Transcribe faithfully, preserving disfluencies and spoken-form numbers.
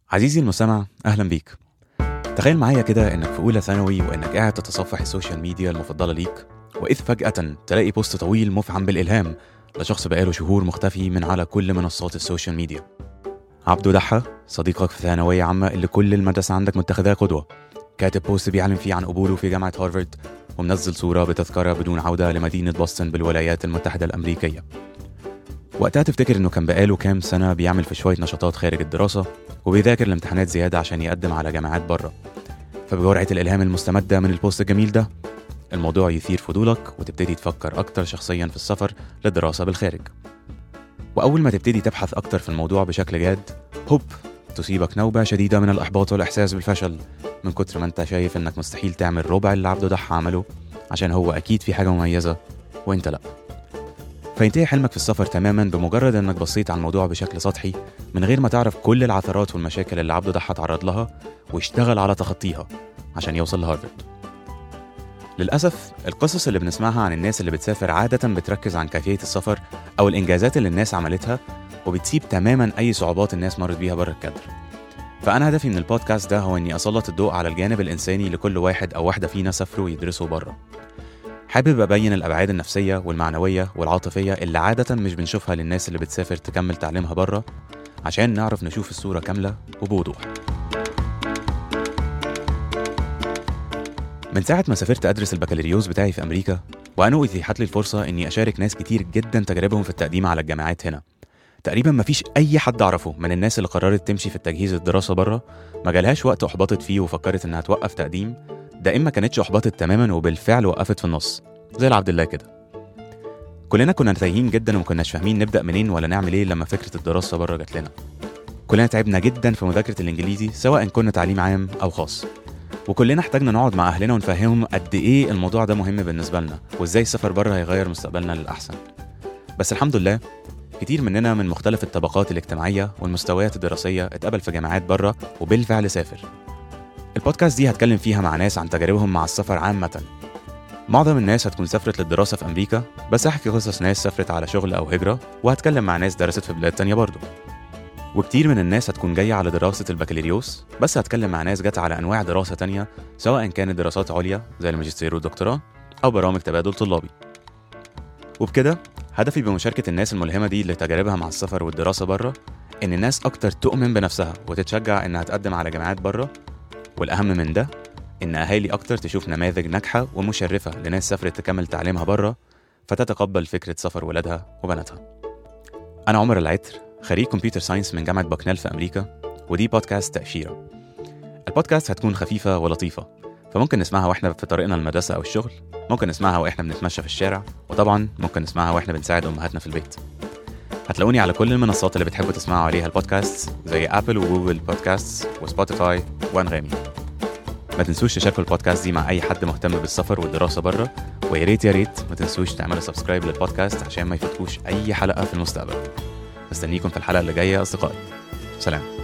عزيزي المستمع، أهلا بيك. تخيل معايا كده إنك في أولى ثانوي وإنك قاعد تتصفح السوشيال ميديا المفضلة ليك، وإذ فجأة تلاقي بوست طويل مفعم بالإلهام لشخص بقاله شهور مختفي من على كل منصات السوشيال ميديا. عبده دحة، صديقك في ثانوية عامة اللي كل المدرسة عندك متخذاه قدوة، كاتب بوست بيعلن فيه عن قبوله في جامعة هارفارد، ومنزل صورة بتذكرة بدون عودة لمدينة بوسطن بالولايات المتحدة الأمريكية. وقتها تفتكر إنه كان بقاله كام سنة بيعمل في شوية نشاطات خارج الدراسة وبيذاكر الامتحانات زيادة عشان يقدم على جامعات بره. فبجرعة الإلهام المستمدة من البوست الجميل ده، الموضوع يثير فضولك وتبتدي تفكر أكتر شخصيا في السفر للدراسة بالخارج. وأول ما تبتدي تبحث أكتر في الموضوع بشكل جاد، هوب تصيبك نوبة شديدة من الإحباط والإحساس بالفشل من كتر ما أنت شايف إنك مستحيل تعمل ربع اللي عبده دحة عمله، عشان هو أكيد في حاجة مميزة وإنت لأ. فينتهي حلمك في السفر تماما بمجرد انك بصيت على الموضوع بشكل سطحي من غير ما تعرف كل العثرات والمشاكل اللي عبده دحة تعرض لها واشتغل على تخطيها عشان يوصل لهارفارد. للأسف القصص اللي بنسمعها عن الناس اللي بتسافر عادة بتركز عن كيفية السفر أو الإنجازات اللي الناس عملتها، وبتسيب تماما أي صعوبات الناس مرت بيها بره الكادر. فأنا هدفي من البودكاست ده هو إني أسلط الضوء على الجانب الإنساني لكل واحد أو واحدة فينا سافروا ويدرسوا بره. حابب أبين الأبعاد النفسية والمعنوية والعاطفية اللي عادة مش بنشوفها للناس اللي بتسافر تكمل تعليمها بره، عشان نعرف نشوف الصورة كاملة وبوضوح. من ساعة ما سافرت أدرس البكالوريوس بتاعي في أمريكا، وأنا أتيحت لي الفرصة إني أشارك ناس كتير جدا تجاربهم في التقديم على الجامعات هنا. تقريبا مفيش أي حد أعرفه من الناس اللي قررت تمشي في التجهيز الدراسة بره ما جالهاش وقت أحبطت فيه وفكرت إنها توقف تقديم، ده إما كانتش أحبطت تماما وبالفعل وقفت في النص زي العبد الله كده. كلنا كنا تايهين جدا ومكناش فاهمين نبدأ منين ولا نعمل ايه لما فكرة الدراسة بره جات لنا. كلنا تعبنا جدا في مذاكرة الإنجليزي سواء كنا تعليم عام أو خاص، وكلنا احتاجنا نقعد مع أهلنا ونفهمهم قد ايه الموضوع ده مهم بالنسبة لنا وازاي السفر بره هيغير مستقبلنا للأحسن. بس الحمد لله كتير مننا من مختلف الطبقات الاجتماعية والمستويات الدراسية اتقبل في جامعات بره وبالفعل سافر. البودكاست دي هتكلم فيها مع ناس عن تجاربهم مع السفر عامة. معظم الناس هتكون سافرت للدراسة في أمريكا، بس هحكي قصص ناس سافرت على شغل أو هجرة، وهتكلم مع ناس درست في بلاد تانية برضو. وكتير من الناس هتكون جاية على دراسة البكالوريوس، بس هتكلم مع ناس جت على أنواع دراسة تانية سواء كانت دراسات عليا زي الماجستير والدكتوراه أو برامج تبادل طلابي. وبكده هدفي بمشاركة الناس الملهمة دي لتجاربها مع السفر والدراسة بره إن الناس أكتر تؤمن بنفسها وتتشجع إنها تقدم على جامعات بره، والأهم من ده إن أهالي أكتر تشوف نماذج ناجحة ومشرفة لناس سافرت تكمل تعليمها برا فتتقبل فكرة سفر ولادها وبناتها. أنا عمر العطر، خريج كمبيوتر ساينس من جامعة بوكنيل في أمريكا، ودي بودكاست تأشيرة. البودكاست هتكون خفيفة ولطيفة، فممكن نسمعها وإحنا في طريقنا المدرسة أو الشغل، ممكن نسمعها وإحنا بنتمشى في الشارع، وطبعا ممكن نسمعها وإحنا بنساعد أمهاتنا في البيت. هتلاقوني على كل المنصات اللي بتحبوا تسمعوا عليها البودكاست زي أبل وجوجل بودكاست وسبوتيفاي وأنغامي. ما تنسوش تشاركوا البودكاست دي مع أي حد مهتم بالسفر والدراسة بره، ويا ريت يا ريت ما تنسوش تعملوا سبسكرايب للبودكاست عشان ما يفوتكوش أي حلقة في المستقبل. مستنيكم في الحلقة اللي جاية أصدقائي. سلام.